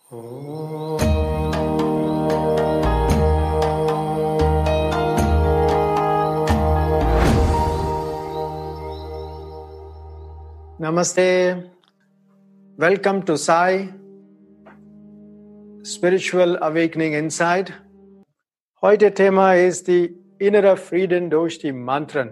Namaste. Welcome to Sai Spiritual Awakening Inside. Heute Thema ist die innere Frieden durch die Mantren.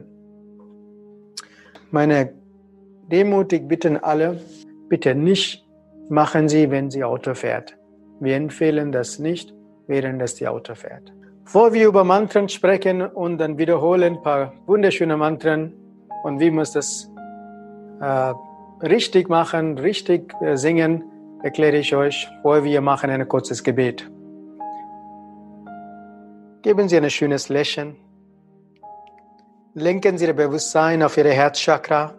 Meine demutig bitten alle, bitte nicht machen Sie, wenn Sie Auto fährt. Wir empfehlen das nicht, während es die Auto fährt. Bevor wir über Mantren sprechen und dann wiederholen ein paar wunderschöne Mantren und wie muss das richtig machen, richtig singen, erkläre ich euch, vorher wir machen ein kurzes Gebet. Geben Sie ein schönes Lächeln. Lenken Sie Ihr Bewusstsein auf Ihre Herzchakra.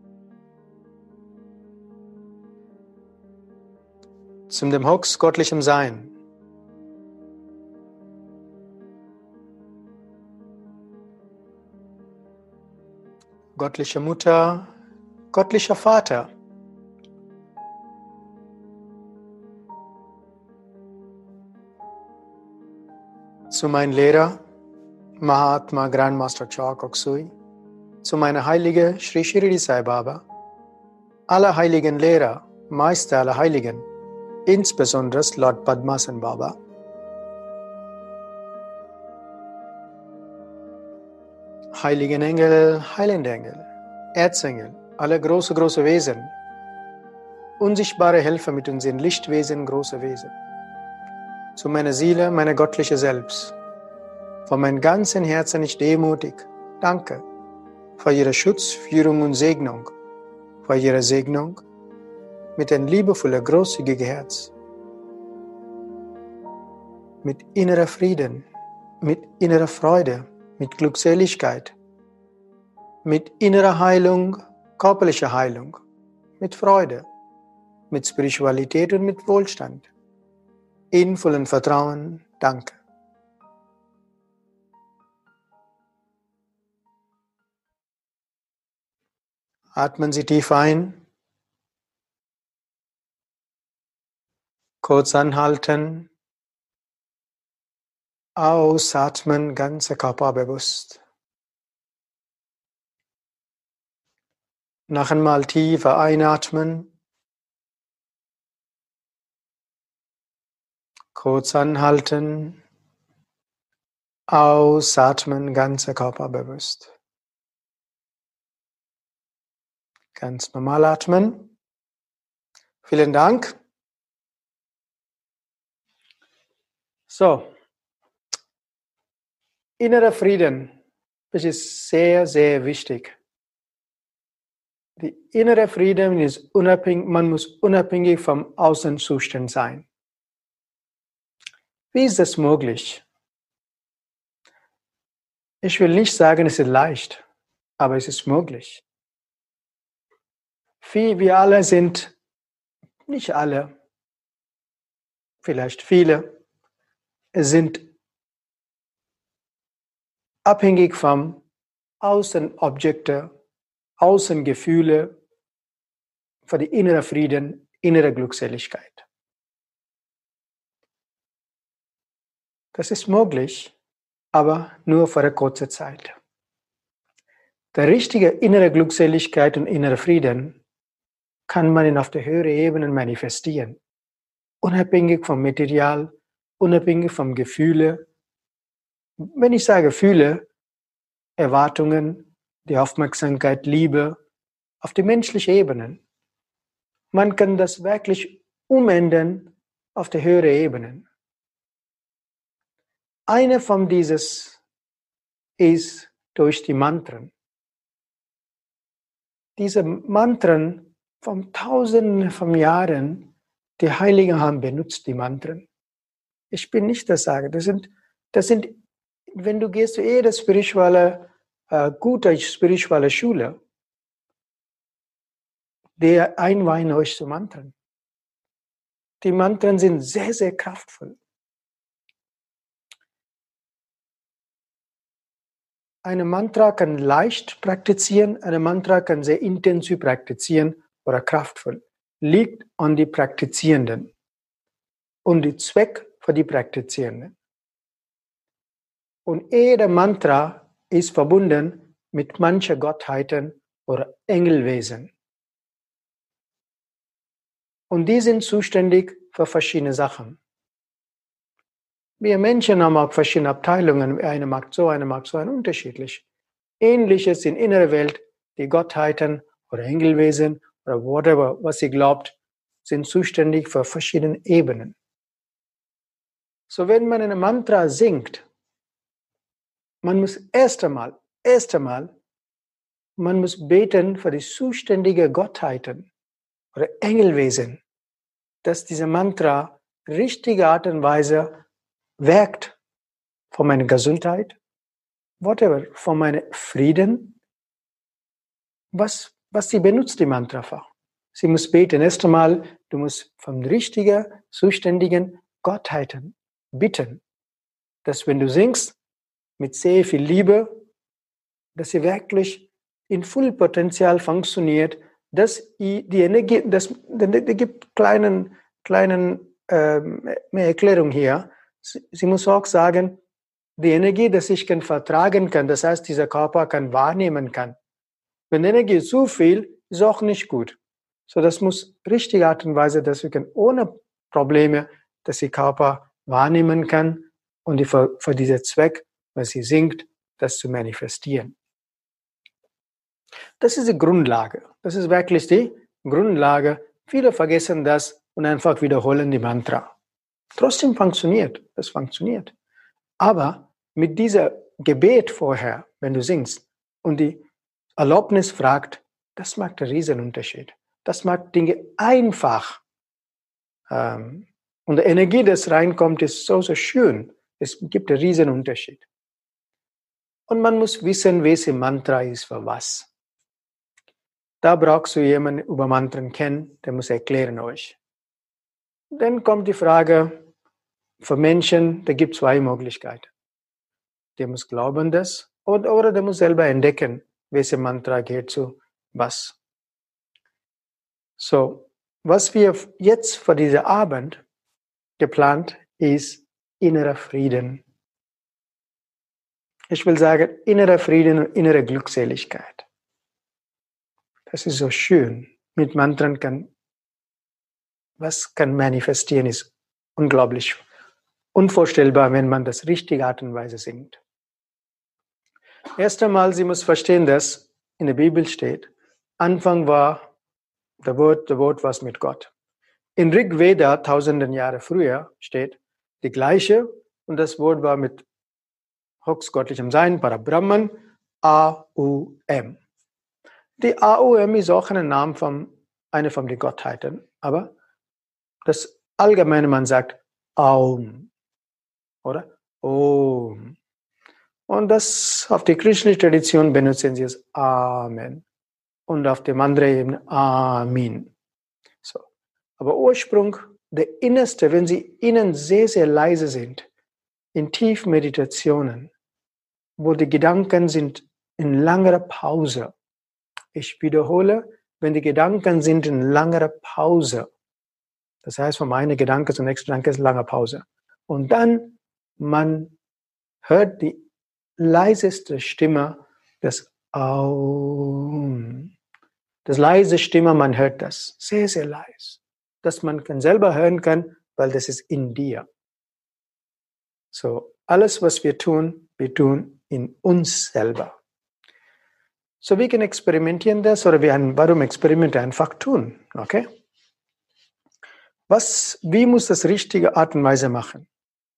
Zum dem höchstgöttlichen Sein. Göttliche Mutter, göttlicher Vater. Zu meinem Lehrer, Mahatma Grandmaster Choa Kok Sui, zu meiner Heilige Sri Shirdi Sai Baba, alle heiligen Lehrer, Meister aller Heiligen, insbesondere Lord Padmasan Baba, heiligen Engel, heilende Engel, Erzengel, alle große Wesen, unsichtbare Helfer mit unseren Lichtwesen, große Wesen, zu meiner Seele, meine göttliche Selbst, von meinem ganzen Herzen ich demutig, danke für Ihre Schutz, Führung und Segnung, für Ihre Segnung, mit ein liebevoller, großzügiger Herz, mit innerer Frieden, mit innerer Freude, mit Glückseligkeit, mit innerer Heilung, körperlicher Heilung, mit Freude, mit Spiritualität und mit Wohlstand, in vollem Vertrauen, danke. Atmen Sie tief ein. Kurz anhalten, ausatmen, ganzer Körper bewusst. Noch einmal tiefer einatmen, kurz anhalten, ausatmen, ganzer Körper bewusst. Ganz normal atmen. Vielen Dank. So, innerer Frieden, das ist sehr, sehr wichtig. Die innere Frieden ist unabhängig, man muss unabhängig vom Außenzustand sein. Wie ist das möglich? Ich will nicht sagen, es ist leicht, aber es ist möglich. Wir alle sind, nicht alle, vielleicht viele, sind abhängig vom Außenobjekte, Außengefühle für die innere Frieden, innere Glückseligkeit. Das ist möglich, aber nur für eine kurze Zeit. Der richtige innere Glückseligkeit und innere Frieden kann man auf der höheren Ebene manifestieren, unabhängig vom Material, unabhängig vom Gefühle. Wenn ich sage Gefühle, Erwartungen, die Aufmerksamkeit, Liebe, auf die menschlichen Ebenen. Man kann das wirklich umändern auf die höheren Ebenen. Eine von dieses ist durch die Mantren. Diese Mantren von Tausenden von Jahren, die Heiligen haben benutzt, die Mantren. Ich bin nicht das Sagen. Das sind, wenn du gehst zu jeder gute spirituelle Schule, der einweihen euch zu Mantren. Die Mantren sind sehr, sehr kraftvoll. Eine Mantra kann leicht praktizieren, eine Mantra kann sehr intensiv praktizieren oder kraftvoll. Liegt an die Praktizierenden. und die Zweck für die Praktizierenden. Und jeder Mantra ist verbunden mit manchen Gottheiten oder Engelwesen. Und die sind zuständig für verschiedene Sachen. Wir Menschen haben auch verschiedene Abteilungen. Eine mag so, unterschiedlich. Ähnliches in innerer Welt, die Gottheiten oder Engelwesen oder whatever, was sie glaubt, sind zuständig für verschiedene Ebenen. So, wenn man ein Mantra singt, man muss erst einmal, man muss beten für die zuständigen Gottheiten oder Engelwesen, dass diese Mantra richtige Art und Weise wirkt für meine Gesundheit, whatever, für meinen Frieden, was sie benutzt, die Mantra für. Sie muss beten. Erst einmal, du musst vom richtigen, zuständigen Gottheiten bitten, dass wenn du singst, mit sehr viel Liebe, dass sie wirklich in Vollpotenzial funktioniert, dass die Energie, da gibt kleinen mehr Erklärung hier. Sie muss auch sagen, die Energie, dass ich vertragen kann, das heißt, dieser Körper wahrnehmen kann. Wenn Energie zu viel, ist auch nicht gut. So, das muss richtige Art und Weise, dass wir ohne Probleme, dass der Körper wahrnehmen kann und für diesen Zweck, was sie singt, das zu manifestieren. Das ist die Grundlage. Das ist wirklich die Grundlage. Viele vergessen das und einfach wiederholen die Mantra. Trotzdem funktioniert. Das funktioniert. Aber mit dieser Gebet vorher, wenn du singst und die Erlaubnis fragt, das macht einen riesen Unterschied. Das macht Dinge einfach. Und die Energie, das reinkommt, ist so schön. Es gibt einen riesen Unterschied. Und man muss wissen, welches Mantra ist für was. Da brauchst du jemanden, der über Mantren kennt, der muss erklären euch. Dann kommt die Frage, für Menschen, da gibt es zwei Möglichkeiten. Der muss glauben das oder der muss selber entdecken, welches Mantra geht zu was. So, was wir jetzt für diesen Abend geplant ist innerer Frieden. Ich will sagen, innerer Frieden und innere Glückseligkeit. Das ist so schön. Mit Mantren was kann manifestieren, ist unglaublich unvorstellbar, wenn man das richtige Art und Weise singt. Erst einmal, sie muss verstehen, dass in der Bibel steht, Anfang war der Wort war mit Gott. In Rig Veda, tausenden Jahre früher, steht die gleiche und das Wort war mit höchstgöttlichem Sein, Parabrahman, A-U-M. Die A-U-M ist auch ein Name von einer von den Gottheiten, aber das allgemeine, man sagt Aum, oder? Om. Und das auf die christliche Tradition benutzen sie es Amen. Und auf dem anderen Ebene Amin. So. Aber Ursprung, der Innerste, wenn sie innen sehr, sehr leise sind, in tiefen Meditationen, wo die Gedanken sind in langer Pause. Ich wiederhole, wenn die Gedanken sind in langer Pause. Das heißt, von einem Gedanke zum nächsten Gedanke ist lange Pause. Und dann, man hört die leiseste Stimme, das Aum. Das leise Stimme, man hört das sehr, sehr leise. Dass man selber hören kann, weil das ist in dir. So, alles, was wir tun in uns selber. So, wir können experimentieren das oder warum Experimente einfach tun, okay? Wie muss das richtige Art und Weise machen?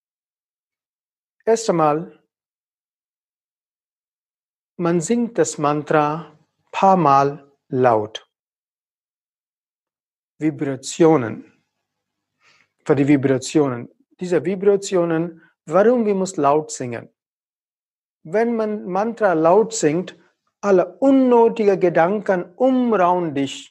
Erst einmal, man singt das Mantra ein paar Mal laut. Vibrationen. Für die Vibrationen. Diese Vibrationen, warum wir müssen laut singen? Wenn man Mantra laut singt, alle unnötigen Gedanken umraum dich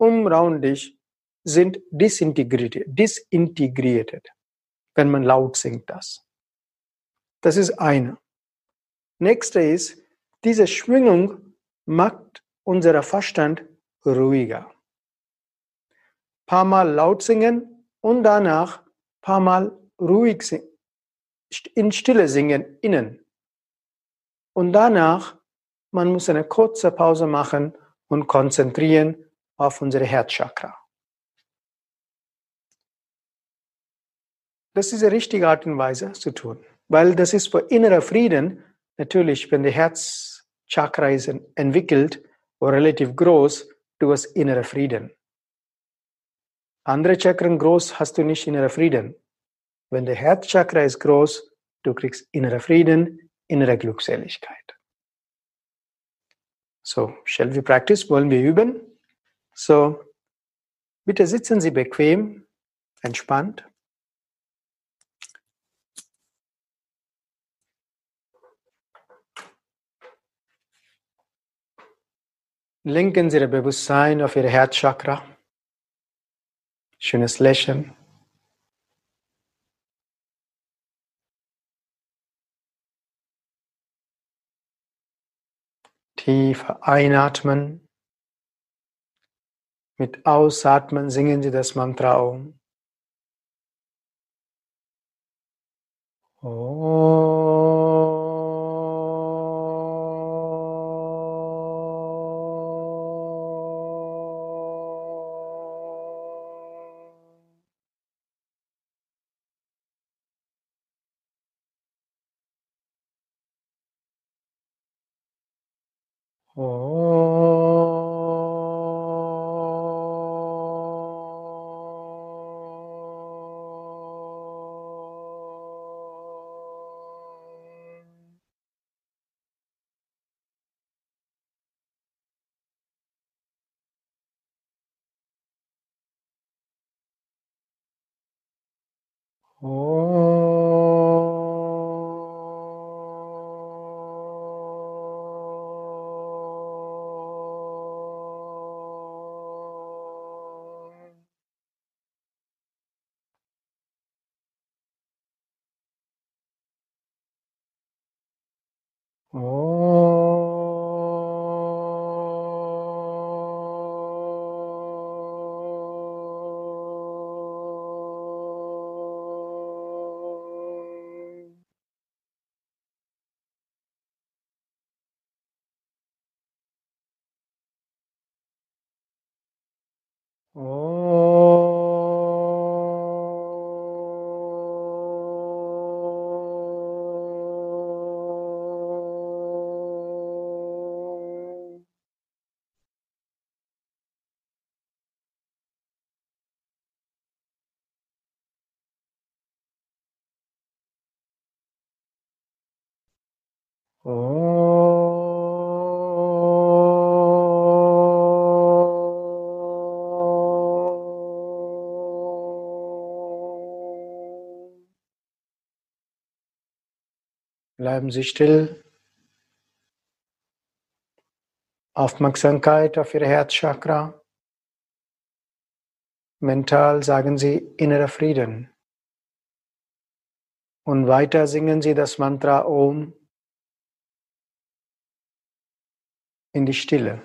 sind disintegriert, wenn man laut singt das. Das ist eine. Nächste ist, diese Schwingung macht unser Verstand ruhiger. Paar Mal laut singen und danach paar Mal ruhig in Stille singen innen. Und danach, man muss eine kurze Pause machen und konzentrieren auf unsere Herzchakra. Das ist die richtige Art und Weise zu tun, weil das ist für innerer Frieden. Natürlich, wenn der Herzchakra ist entwickelt oder relativ groß, du hast innerer Frieden. Andere Chakren groß, hast du nicht innerer Frieden. Wenn der Herzchakra ist groß, du kriegst innerer Frieden, innere Glückseligkeit. So, shall we practice? Wollen wir üben? So, bitte sitzen Sie bequem, entspannt. Lenken Sie Ihr Bewusstsein auf Ihr Herzchakra. Schönes Lächeln. Tief einatmen. Mit Ausatmen singen Sie das Mantra Om. Bleiben Sie still. Aufmerksamkeit auf Ihr Herzchakra. Mental sagen Sie innerer Frieden. Und weiter singen Sie das Mantra Om in die Stille.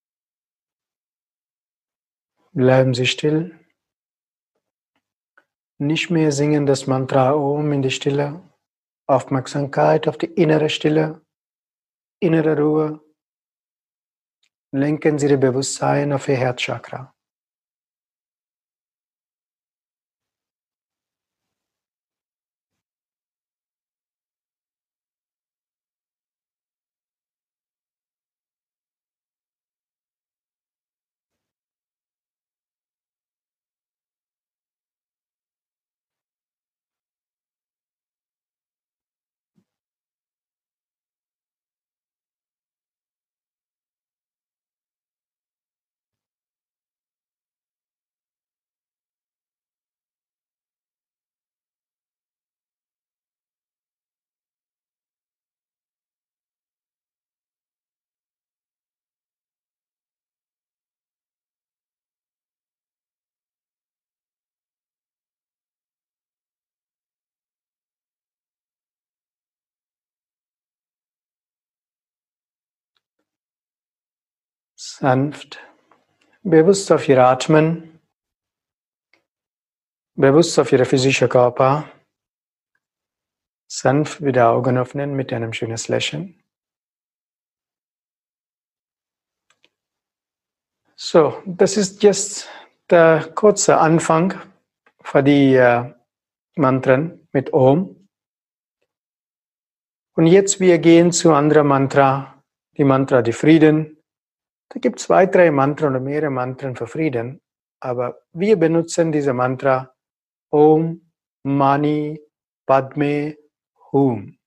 Bleiben Sie still. Nicht mehr singen das Mantra Om in die Stille. Aufmerksamkeit auf die innere Stille, innere Ruhe. Lenken Sie Ihr Bewusstsein auf Ihr Herzchakra. Sanft, bewusst auf Ihr Atmen, bewusst auf Ihr physischer Körper. Sanft wieder Augen öffnen mit einem schönen Lächeln. So, das ist jetzt der kurze Anfang für die Mantren mit Om. Und jetzt wir gehen zu anderen Mantra, die Mantra die Frieden. Da gibt es 2, 3 Mantren oder mehrere Mantren für Frieden, aber wir benutzen diese Mantra Om, Mani, Padme, Hum.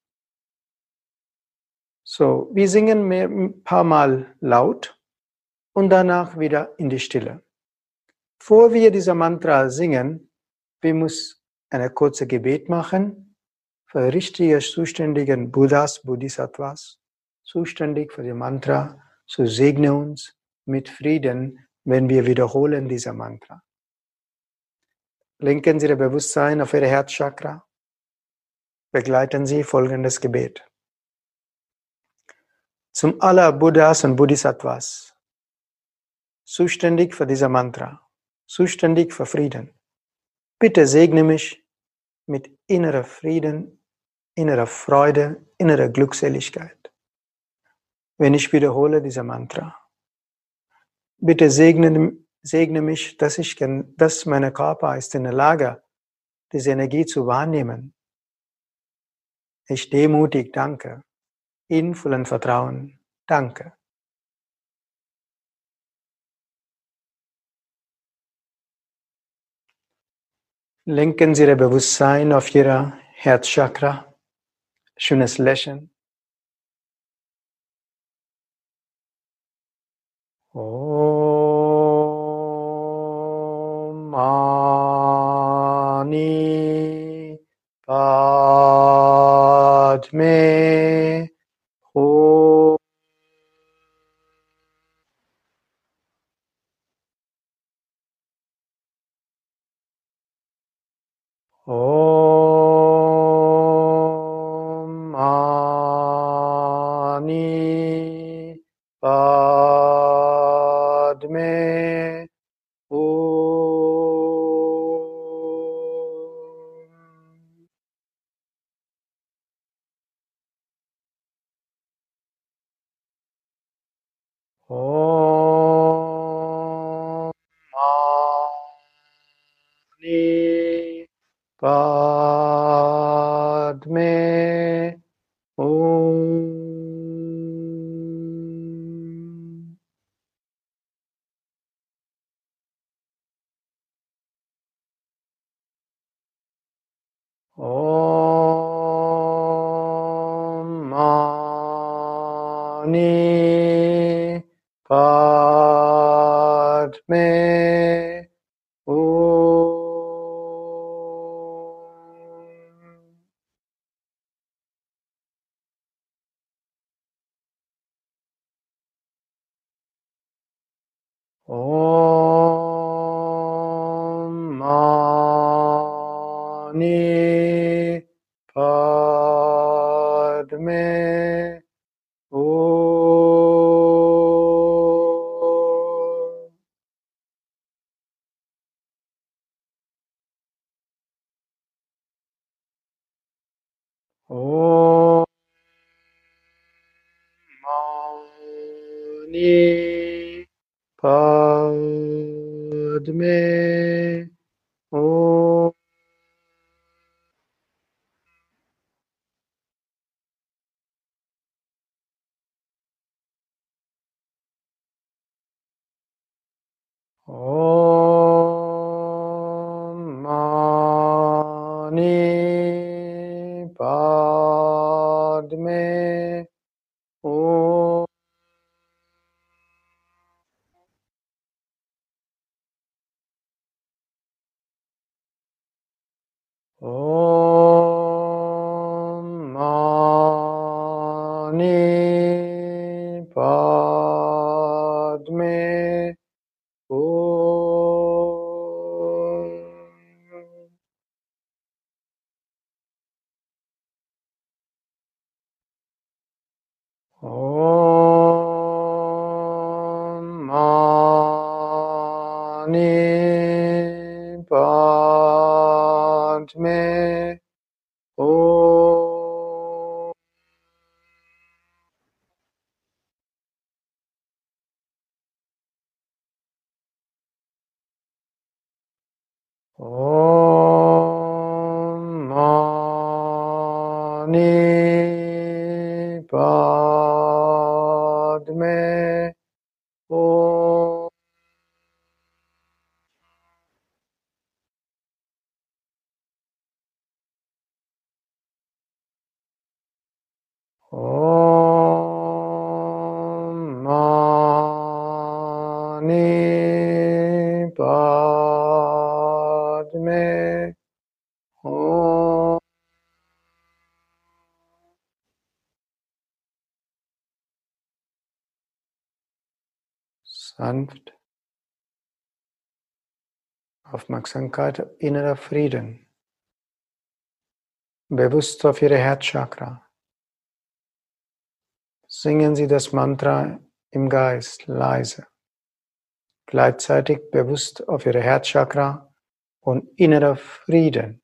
So, wir singen ein paar Mal laut und danach wieder in die Stille. Bevor wir diese Mantra singen, wir müssen eine kurze Gebet machen für richtige, zuständigen Buddhas, Bodhisattvas, zuständig für die Mantra, so segne uns mit Frieden, wenn wir wiederholen diese Mantra. Lenken Sie Ihr Bewusstsein auf Ihr Herzchakra. Begleiten Sie folgendes Gebet. Zum aller Buddhas und Bodhisattvas, zuständig für diese Mantra, zuständig für Frieden. Bitte segne mich mit innerer Frieden, innerer Freude, innerer Glückseligkeit, wenn ich wiederhole diese Mantra. Bitte segne mich, dass mein Körper ist in der Lage, diese Energie zu wahrnehmen. Ich demutig danke, in vollem Vertrauen danke. Lenken Sie Ihr Bewusstsein auf Ihr Herzchakra. Schönes Lächeln. Om Mani Padme Hum. Om Mani Padme Hum. Om Mani Padme Hum. Om Mani Padme Hum. Om Mani Padme Om Mani Padme Om. Om Mani Padme Om. Om Mani Padme Om. Om Mani Padme Om. Om Mani Padme Om. Om Mani Padme Om. Sanft, Aufmerksamkeit, innerer Frieden. Bewusst auf Ihre Herzchakra. Singen Sie das Mantra im Geist leise. Gleichzeitig bewusst auf Ihre Herzchakra und innerer Frieden.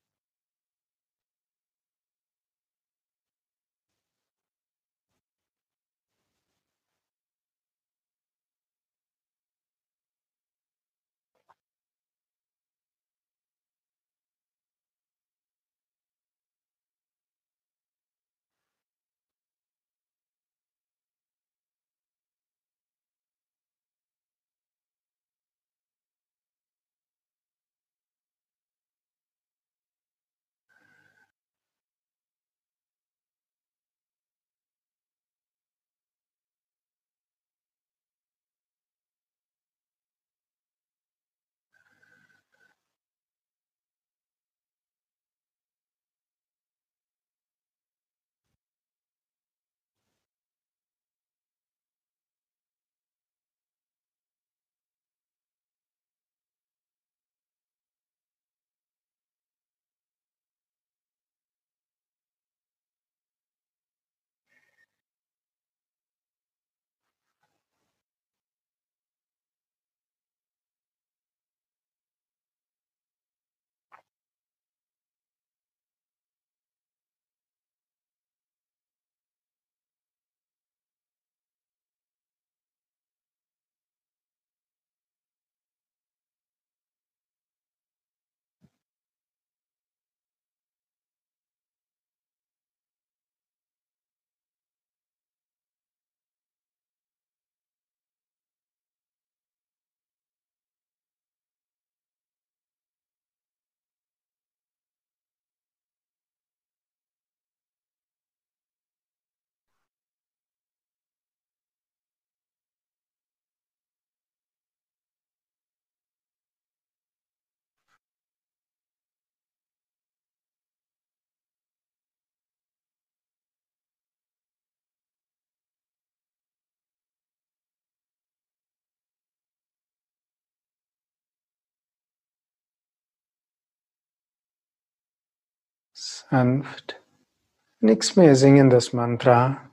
Sanft. Nichts mehr singen das Mantra.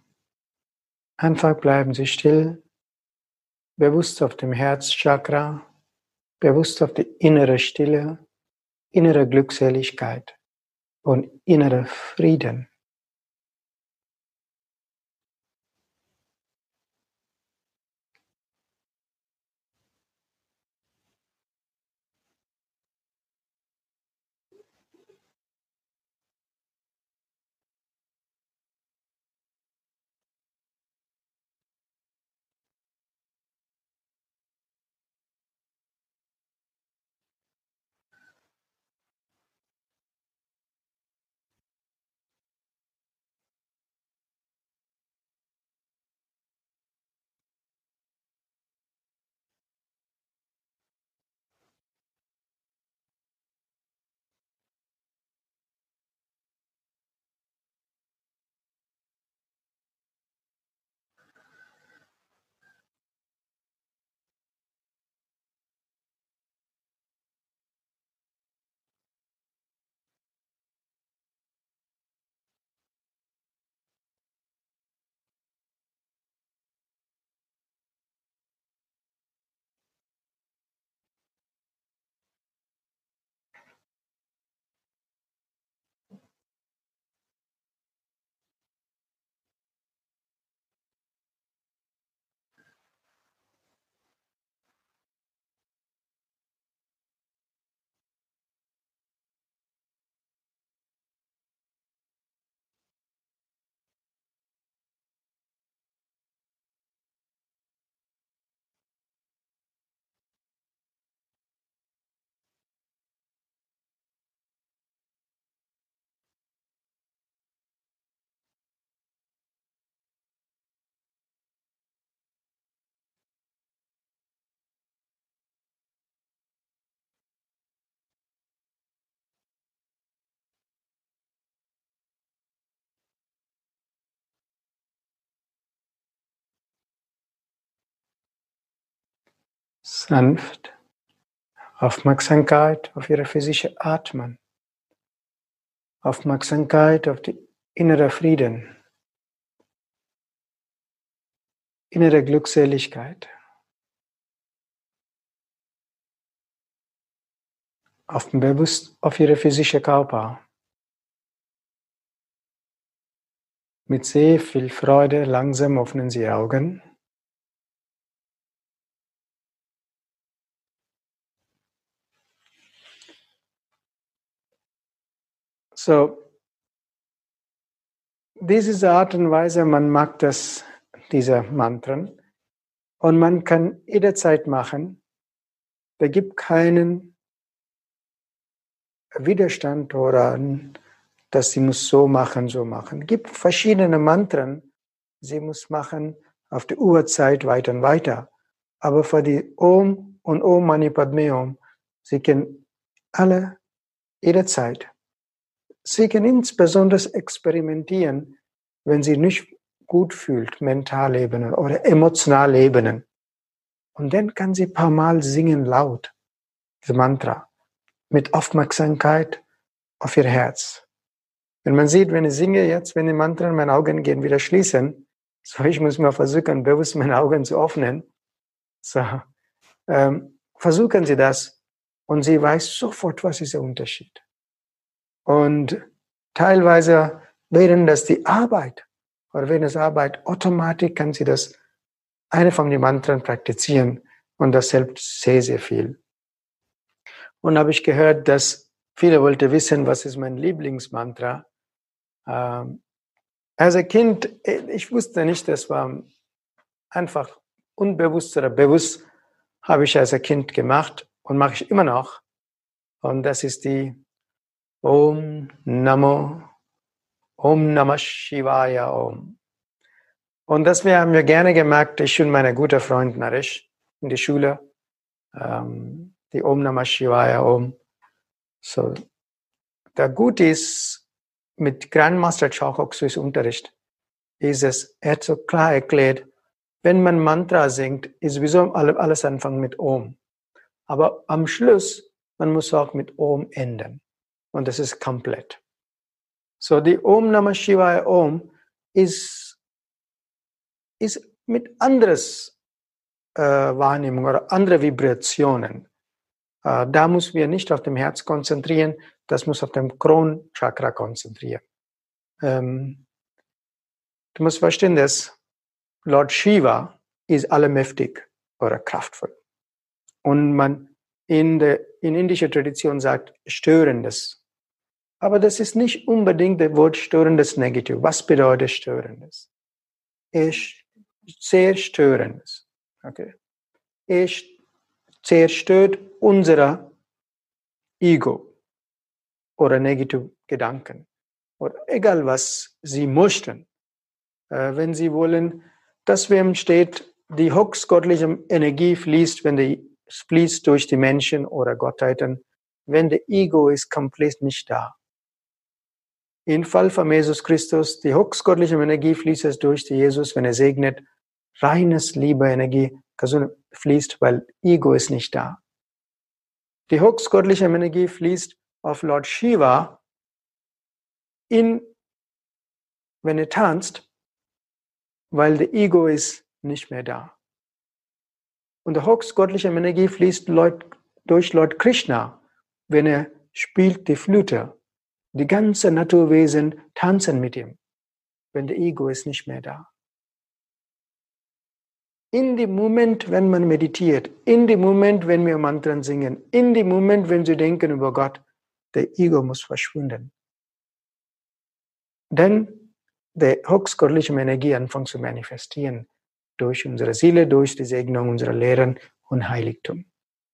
Einfach bleiben Sie still, bewusst auf dem Herzchakra, bewusst auf die innere Stille, innere Glückseligkeit und innere Frieden. sanft, Aufmerksamkeit auf Ihre physische Atmen, Aufmerksamkeit auf die innere Frieden, innere Glückseligkeit, auf Ihre physische Körper. Mit sehr viel Freude langsam öffnen Sie Augen. So, diese Art und Weise, man mag diese Mantren und man kann jederzeit machen. Da gibt keinen Widerstand oder dass sie muss so machen, so machen. Es gibt verschiedene Mantren, sie muss machen auf die Uhrzeit weiter und weiter. Aber für die Om und Om Mani Padme Hum, sie können alle jederzeit. Sie können insbesondere experimentieren, wenn sie nicht gut fühlt, mental Ebene oder emotional Ebenen. Und dann kann sie ein paar Mal singen laut, das Mantra, mit Aufmerksamkeit auf ihr Herz. Wenn man sieht, wenn ich singe jetzt, wenn die Mantren, meine Augen gehen wieder schließen, so ich muss mal versuchen, bewusst meine Augen zu öffnen. So, versuchen Sie das und sie weiß sofort, was ist der Unterschied. Und teilweise während das die Arbeit oder während das Arbeit automatisch kann sie das eine von den Mantren praktizieren und das hilft sehr, sehr viel. Und habe ich gehört, dass viele wollten wissen, was ist mein Lieblingsmantra. Als ein Kind, ich wusste nicht, das war einfach unbewusst oder bewusst, habe ich als ein Kind gemacht und mache ich immer noch. Und das ist die Om Namah Shivaya Om. Und das haben wir gerne gemerkt, ich und mein guter Freund Naresh in der Schule, die Om Namah Shivaya Om. So, der gut ist, mit Grandmaster Chokoksui Unterricht, ist es, er hat so klar erklärt, wenn man Mantra singt, ist sowieso alles anfangen mit Om. Aber am Schluss, man muss auch mit Om enden. Und das ist komplett. So, die Om Namah Shivaya Om ist mit anderes Wahrnehmung oder andere Vibrationen. Da müssen wir nicht auf dem Herz konzentrieren, das muss auf dem Kronchakra konzentrieren. Du musst verstehen, dass Lord Shiva ist allmächtig oder kraftvoll. Und man in indischer Tradition sagt, Störendes. Aber das ist nicht unbedingt das Wort Störendes negativ. Was bedeutet Störendes? Sehr Störendes. Okay. Es zerstört unser Ego oder negative Gedanken. Oder egal, was Sie möchten. Wenn Sie wollen, dass wem steht, die höchstgöttliche Energie fließt, wenn die fließt durch die Menschen oder Gottheiten, wenn der Ego ist komplett nicht da. Im Fall von Jesus Christus, die höchstgöttliche Energie fließt durch die Jesus, wenn er segnet, reines Liebe Energie fließt, weil Ego ist nicht da. Die höchstgöttliche Energie fließt auf Lord Shiva, wenn er tanzt, weil der Ego ist nicht mehr da. Und die höchstgöttliche Energie fließt durch Lord Krishna, wenn er spielt die Flöte. Die ganzen Naturwesen tanzen mit ihm, wenn der Ego ist nicht mehr da. In dem Moment, wenn man meditiert, in dem Moment, wenn wir Mantren singen, in dem Moment, wenn Sie denken über Gott, der Ego muss verschwinden. Denn die höchstgöttliche Energie anfängt zu manifestieren durch unsere Seele, durch die Segnung unserer Lehren und Heiligtum.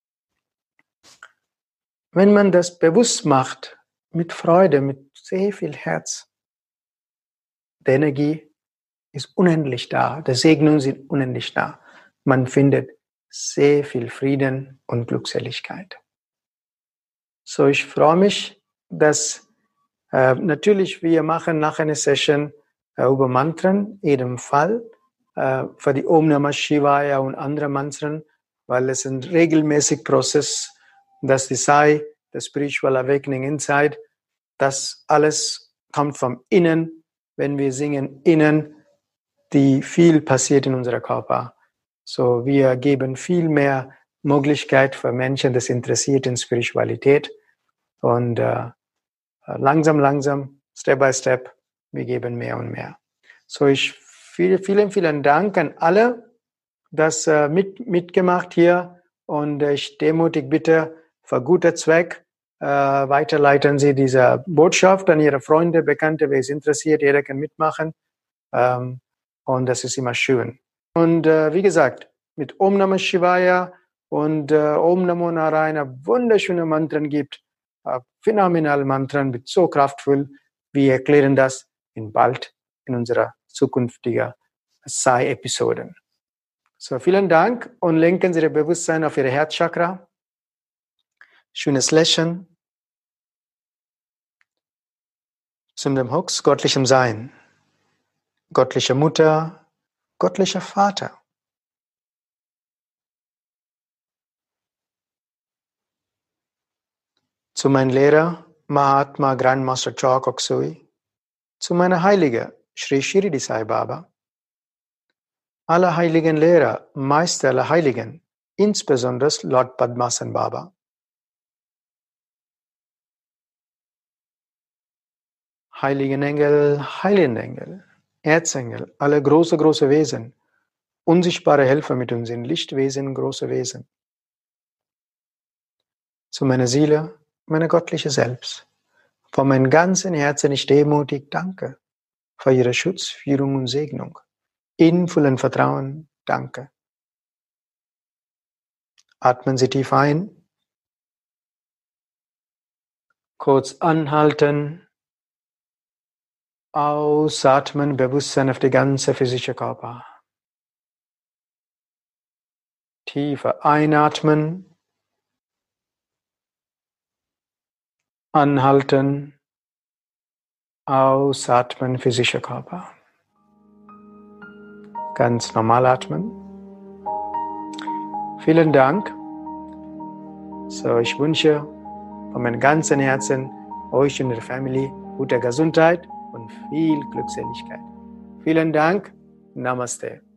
Wenn man das bewusst macht, mit Freude, mit sehr viel Herz, die Energie ist unendlich da, die Segnungen sind unendlich da. Man findet sehr viel Frieden und Glückseligkeit. So, ich freue mich, dass natürlich wir machen nach einer Session über Mantren, in jedem Fall, für die Om Namah Shivaya und andere Mantren. weil es ein regelmäßiger Prozess, dass die Sai, the Spiritual Awakening Inside, das alles kommt vom Innen, wenn wir singen innen, die viel passiert in unserem Körper. So, wir geben viel mehr Möglichkeit für Menschen, das interessiert in Spiritualität. Und langsam, Step by Step, wir geben mehr und mehr. So, vielen Dank an alle, das mitgemacht hier. Und ich demutig bitte, für guter Zweck, weiterleiten Sie diese Botschaft an Ihre Freunde, Bekannte, wer es interessiert, jeder kann mitmachen. Und das ist immer schön. Und wie gesagt, mit Om Namah Shivaya und Om Namo Narayana wunderschöne Mantren gibt, phänomenale Mantren, mit so kraftvoll. Wir erklären das bald in unserer zukünftigen Sai-Episoden. So, vielen Dank und lenken Sie Ihr Bewusstsein auf Ihre Herzchakra. Schönes Lächeln. Zum dem Hux, göttlichem Sein. Göttliche Mutter, göttlicher Vater. Zu meinem Lehrer, Mahatma Grandmaster Choa Kok Sui, zu meiner Heilige, Sri Shirdi Sai Baba, alle heiligen Lehrer, Meister aller Heiligen, insbesondere Lord Padmasan Baba, Heiligen Engel, Erzengel, alle große Wesen, unsichtbare Helfer mit uns in Lichtwesen, große Wesen. Zu meiner Seele, meine göttliche Selbst. Von meinem ganzen Herzen ich demutig danke für Ihre Schutz, Führung und Segnung. In vollem Vertrauen danke. Atmen Sie tief ein. Kurz anhalten. Ausatmen, Bewusstsein auf die ganze physische Körper. Tiefer einatmen. Anhalten. Ausatmen, physischer Körper. Ganz normal atmen. Vielen Dank. So, ich wünsche von meinem ganzen Herzen euch und Ihrer Family gute Gesundheit und viel Glückseligkeit. Vielen Dank. Namaste.